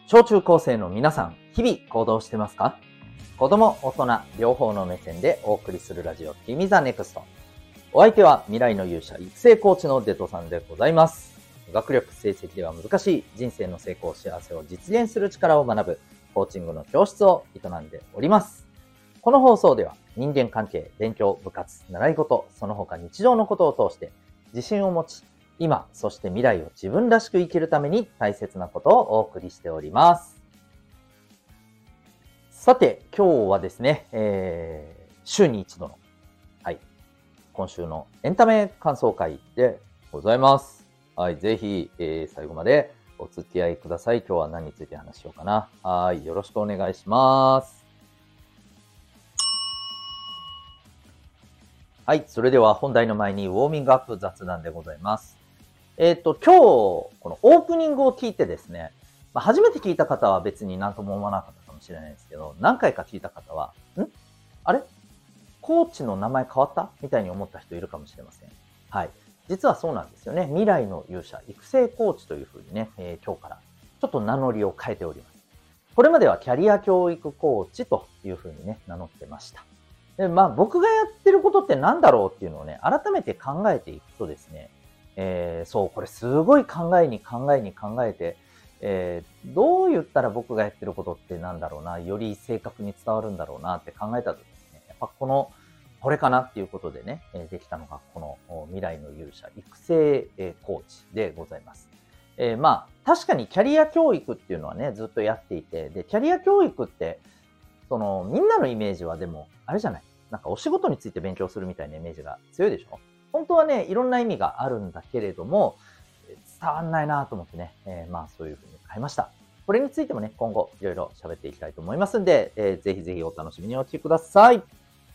小中高生の皆さん、日々行動してますか？子供、大人、両方の目線でお送りするラジオ、君ザネクスト。お相手は未来の勇者、育成コーチのデトさんでございます。学力、成績では難しい人生の成功、幸せを実現する力を学ぶコーチングの教室を営んでおります。この放送では人間関係、勉強、部活、習い事、その他日常のことを通して自信を持ち、今、そして未来を自分らしく生きるために大切なことをお送りしております。さて、今日はですね、週に一度の、今週のエンタメ感想会でございます。ぜひ、最後までお付き合いください。今日は何について話しようかな。よろしくお願いします。それでは本題の前にウォーミングアップ雑談でございます。今日、このオープニングを聞いてですね、初めて聞いた方は別に何とも思わなかったかもしれないですけど、何回か聞いた方は、あれコーチの名前変わったみたいに思った人いるかもしれません。実はそうなんですよね。未来の勇者、育成コーチというふうにね、今日からちょっと名乗りを変えております。これまではキャリア教育コーチというふうにね、名乗ってました。で、僕がやってることって何だろうっていうのをね、改めて考えていくとですね、これすごい考えて、どう言ったら僕がやってることってなんだろうな、より正確に伝わるんだろうなって考えたとですね、やっぱこれかなっていうことでね、できたのがこの未来の勇者育成コーチでございます。確かにキャリア教育っていうのはね、ずっとやっていて、で、キャリア教育って、みんなのイメージはでも、あれじゃない。なんかお仕事について勉強するみたいなイメージが強いでしょ？本当はね、いろんな意味があるんだけれども、伝わんないなと思ってね、そういうふうに変えました。これについてもね、今後いろいろ喋っていきたいと思いますんで、ぜひぜひお楽しみにお聞きください。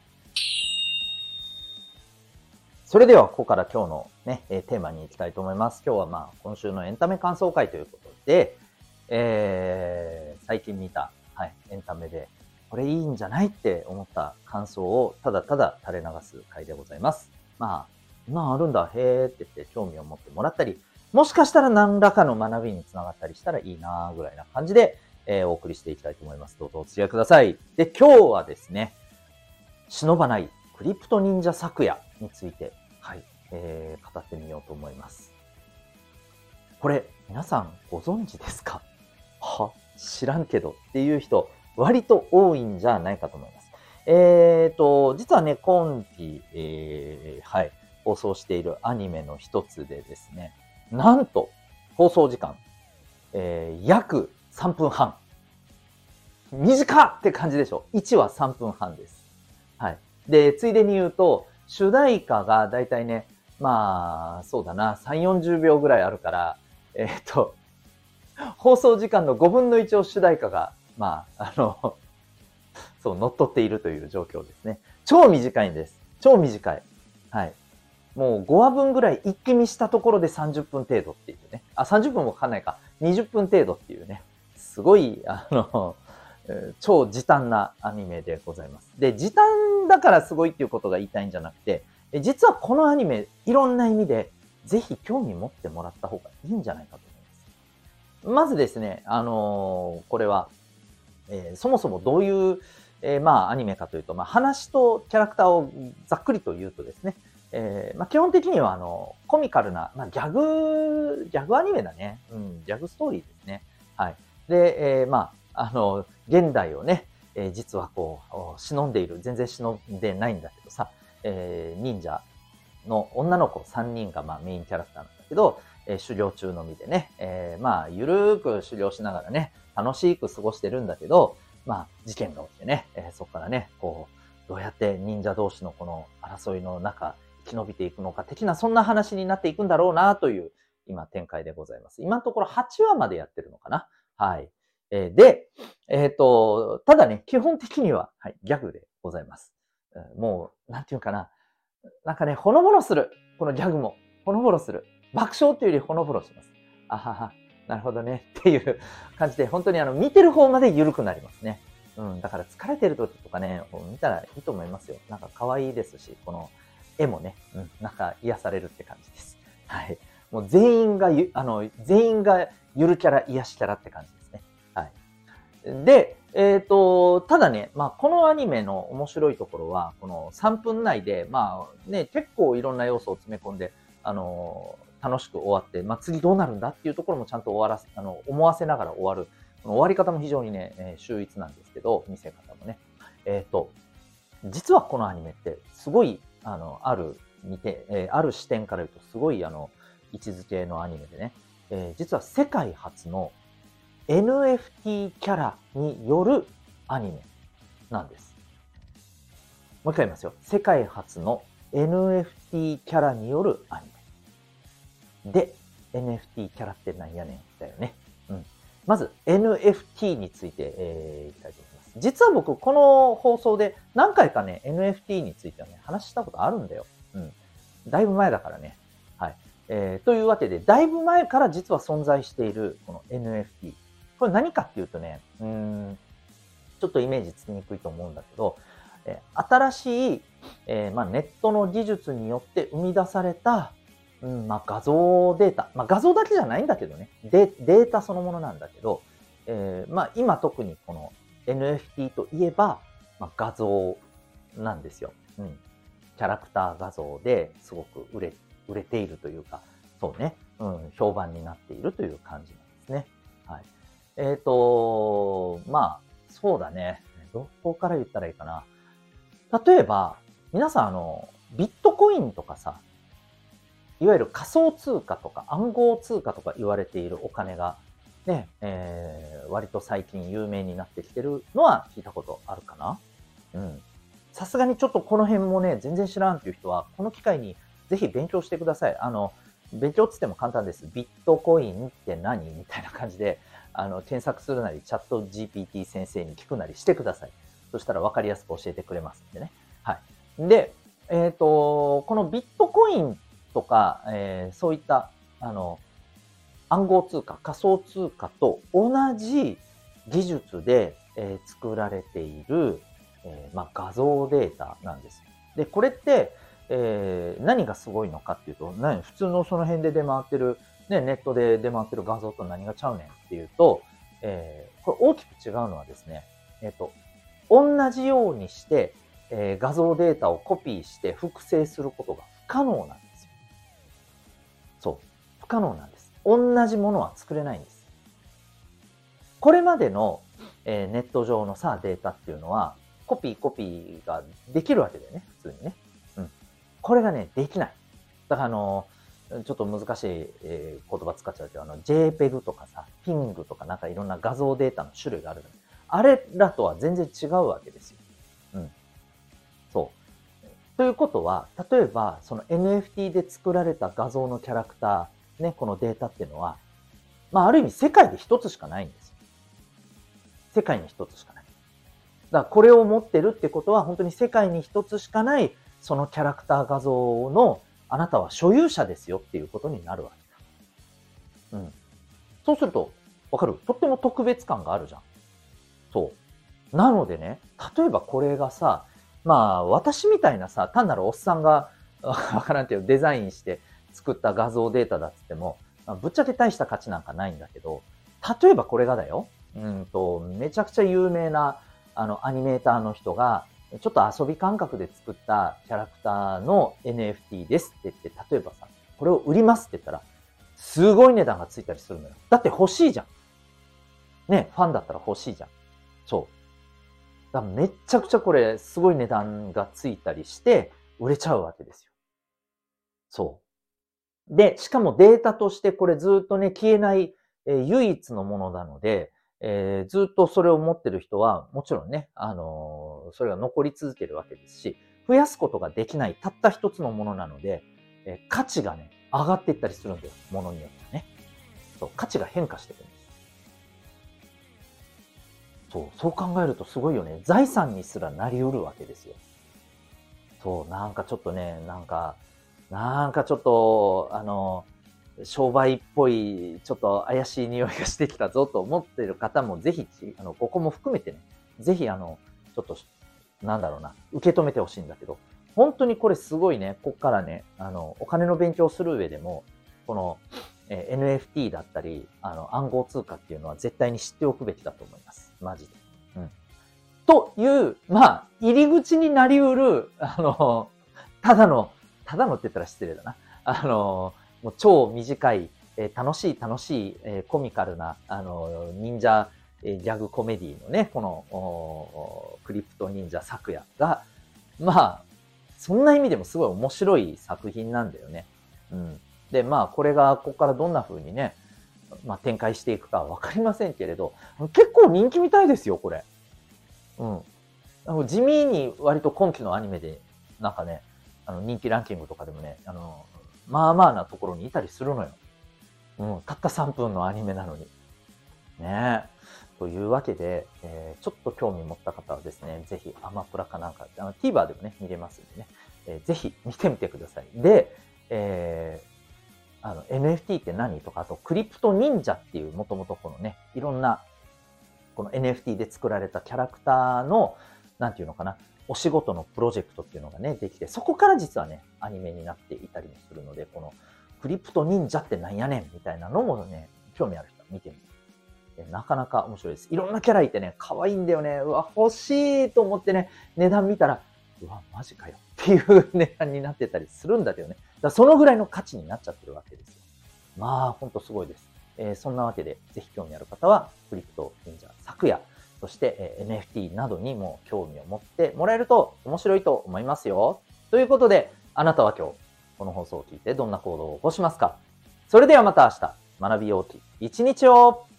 それでは、ここから今日のね、テーマに行きたいと思います。今日は今週のエンタメ感想会ということで、最近見た、エンタメで、これいいんじゃないって思った感想をただただ垂れ流す回でございます。あるんだ、へーって言って興味を持ってもらったり、もしかしたら何らかの学びにつながったりしたらいいなぐらいな感じで、お送りしていきたいと思います。どうぞお付き合いください。で、今日はですね、忍ばないクリプト忍者昨夜について、語ってみようと思います。これ、皆さんご存知ですか？知らんけどっていう人、割と多いんじゃないかと思います。実はね、今期、放送しているアニメの一つでですね、なんと、放送時間、約3分半。短っって感じでしょ。1話3分半です。で、ついでに言うと、主題歌がだいたいね、そうだな、3、40秒ぐらいあるから、放送時間の5分の1を主題歌が、乗っ取っているという状況ですね。超短いんです。超短い。もう5話分ぐらい一気見したところで30分程度っていうね。30分もかかんないか。20分程度っていうね。すごい、超時短なアニメでございます。で、時短だからすごいっていうことが言いたいんじゃなくて、実はこのアニメ、いろんな意味で、ぜひ興味持ってもらった方がいいんじゃないかと思います。まずですね、これは、そもそもどういう、アニメかというと、話とキャラクターをざっくりと言うとですね、基本的にはコミカルな、ギャグアニメだね。ギャグストーリーですね。で、現代をね、実は忍んでいる、全然忍んでないんだけどさ、忍者の女の子3人がメインキャラクターなんだけど、修行中の身でね、ゆるーく修行しながらね、楽しく過ごしてるんだけど、事件が起きてね、そこからね、どうやって忍者同士のこの争いの中、生き延びていくのか的な、そんな話になっていくんだろうなという、今展開でございます。今のところ8話までやってるのかな。で、ただね、基本的には、ギャグでございます。もう、なんていうかな。なんかね、ほのぼのする。このギャグも。ほのぼのする。爆笑っていうよりほのぼのします。あはは。なるほどね。っていう感じで、本当に見てる方まで緩くなりますね。だから疲れてる時とかね、見たらいいと思いますよ。なんか可愛いですし、この絵もね、なんか癒されるって感じです。もう全員がゆるキャラ、癒しキャラって感じですね。 で、ただね、このアニメの面白いところは、この3分内で、結構いろんな要素を詰め込んで、楽しく終わって、次どうなるんだっていうところもちゃんと終わらせ、思わせながら終わる。この終わり方も非常にね、秀逸なんですけど、見せ方もね。実はこのアニメって、すごい、ある視点から言うと、すごい、位置づけのアニメでね、実は世界初の NFT キャラによるアニメなんです。もう一回言いますよ。世界初の NFT キャラによるアニメ。で、NFT キャラってなんやねんだよね。うん。まず NFT について、いきたいと思います。実は僕、この放送で何回かね、NFT についてはね、話したことあるんだよ。うん。だいぶ前だからね。はい。というわけで、だいぶ前から実は存在しているこの NFT。これ何かっていうとね、ちょっとイメージつきにくいと思うんだけど、新しい、ネットの技術によって生み出された、画像データ。画像だけじゃないんだけどね。データそのものなんだけど、今特にこの NFT といえば、画像なんですよ。キャラクター画像ですごく売れているというか、そうね、評判になっているという感じなんですね。はい。そうだね。どこから言ったらいいかな。例えば、皆さんビットコインとかさ、いわゆる仮想通貨とか暗号通貨とか言われているお金が、ね、割と最近有名になってきてるのは聞いたことあるかな。さすがにちょっとこの辺もね、全然知らんっていう人は、この機会にぜひ勉強してください。勉強っつっても簡単です。ビットコインって何みたいな感じで、検索するなり、チャット GPT 先生に聞くなりしてください。そしたら分かりやすく教えてくれますんでね。はい。で、このビットコインとか、そういった、暗号通貨、仮想通貨と同じ技術で、作られている、画像データなんです。で、これって、何がすごいのかっていうと、普通のその辺で出回ってる、ね、ネットで出回ってる画像と何がちゃうねんっていうと、これ大きく違うのはですね、同じようにして、画像データをコピーして複製することが不可能なんですよ。そう。不可能なんです。同じものは作れないんです。これまでの、ネット上のさ、データっていうのは、コピーができるわけだよね、普通にね。これがね、できない。だからちょっと難しい、言葉使っちゃうけど、JPEG とかさ、PNG とかなんかいろんな画像データの種類があるじゃない。あれらとは全然違うわけですよ。そう。ということは、例えば、その NFT で作られた画像のキャラクター、ね、このデータっていうのは、ある意味世界で一つしかないんですよ。世界に一つしかない。だからこれを持ってるってことは、本当に世界に一つしかない、そのキャラクター画像のあなたは所有者ですよっていうことになるわけだ。そうすると、わかる？とっても特別感があるじゃん。そう。なのでね、例えばこれがさ、私みたいなさ、単なるおっさんが、わからんっていうデザインして作った画像データだっつっても、ぶっちゃけ大した価値なんかないんだけど、例えばこれがだよ、めちゃくちゃ有名な、アニメーターの人が、ちょっと遊び感覚で作ったキャラクターの NFT ですって言って、例えばさ、これを売りますって言ったら、すごい値段がついたりするのよ。だって欲しいじゃん。ね、ファンだったら欲しいじゃん。そう。だからめっちゃくちゃこれ、すごい値段がついたりして、売れちゃうわけですよ。そう。で、しかもデータとしてこれずっとね、消えない、唯一のものなので、ずっとそれを持ってる人は、もちろんね、それが残り続けるわけですし、増やすことができないたった一つのものなので、価値がね、上がっていったりするんだよ。ものによってね。そう、価値が変化していくんです。そう考えるとすごいよね。財産にすらなり得るわけですよ。そう、なんかちょっとね、なんかちょっと、商売っぽい、ちょっと怪しい匂いがしてきたぞと思っている方も、ぜひ、ここも含めてね、ぜひ、ちょっと、なんだろうな、受け止めてほしいんだけど、本当にこれすごいね、こっからね、お金の勉強をする上でも、この、NFT だったり、暗号通貨っていうのは絶対に知っておくべきだと思います。 マジで。うん。という、まあ、入り口になりうる、ただのって言ったら失礼だな。もう超短い、楽しい、コミカルな、忍者、ギャグコメディのね、この、クリプト忍者昨夜が、まあ、そんな意味でもすごい面白い作品なんだよね。うん。で、まあ、これが、ここからどんな風にね、まあ、展開していくかはわかりませんけれど、結構人気みたいですよ、これ。うん。地味に割と今期のアニメで、なんかね、人気ランキングとかでもね、まあまあなところにいたりするのよ。うん。たった3分のアニメなのに。ねえ。というわけで、ちょっと興味持った方はですね、ぜひアマプラかなんか、TVer でもね、見れますんでね、ぜひ見てみてください。で、NFT って何とか、あと、クリプト忍者っていう、もともとこのね、いろんな、この NFT で作られたキャラクターの、なんていうのかな、お仕事のプロジェクトっていうのがね、できて、そこから実はね、アニメになっていたりもするので、この、クリプト忍者ってなんやねんみたいなのもね、興味ある人は見てみて。なかなか面白いです。いろんなキャラいてね、可愛いんだよね。うわ、欲しいと思ってね、値段見たら、うわ、マジかよっていう値段になってたりするんだけどね。だからそのぐらいの価値になっちゃってるわけですよ。まあ、ほんとすごいです。そんなわけで、ぜひ興味ある方は、クリプト忍者昨夜、そして、NFT などにも興味を持ってもらえると面白いと思いますよ。ということで、あなたは今日、この放送を聞いてどんな行動を起こしますか？それではまた明日、学びようき一日を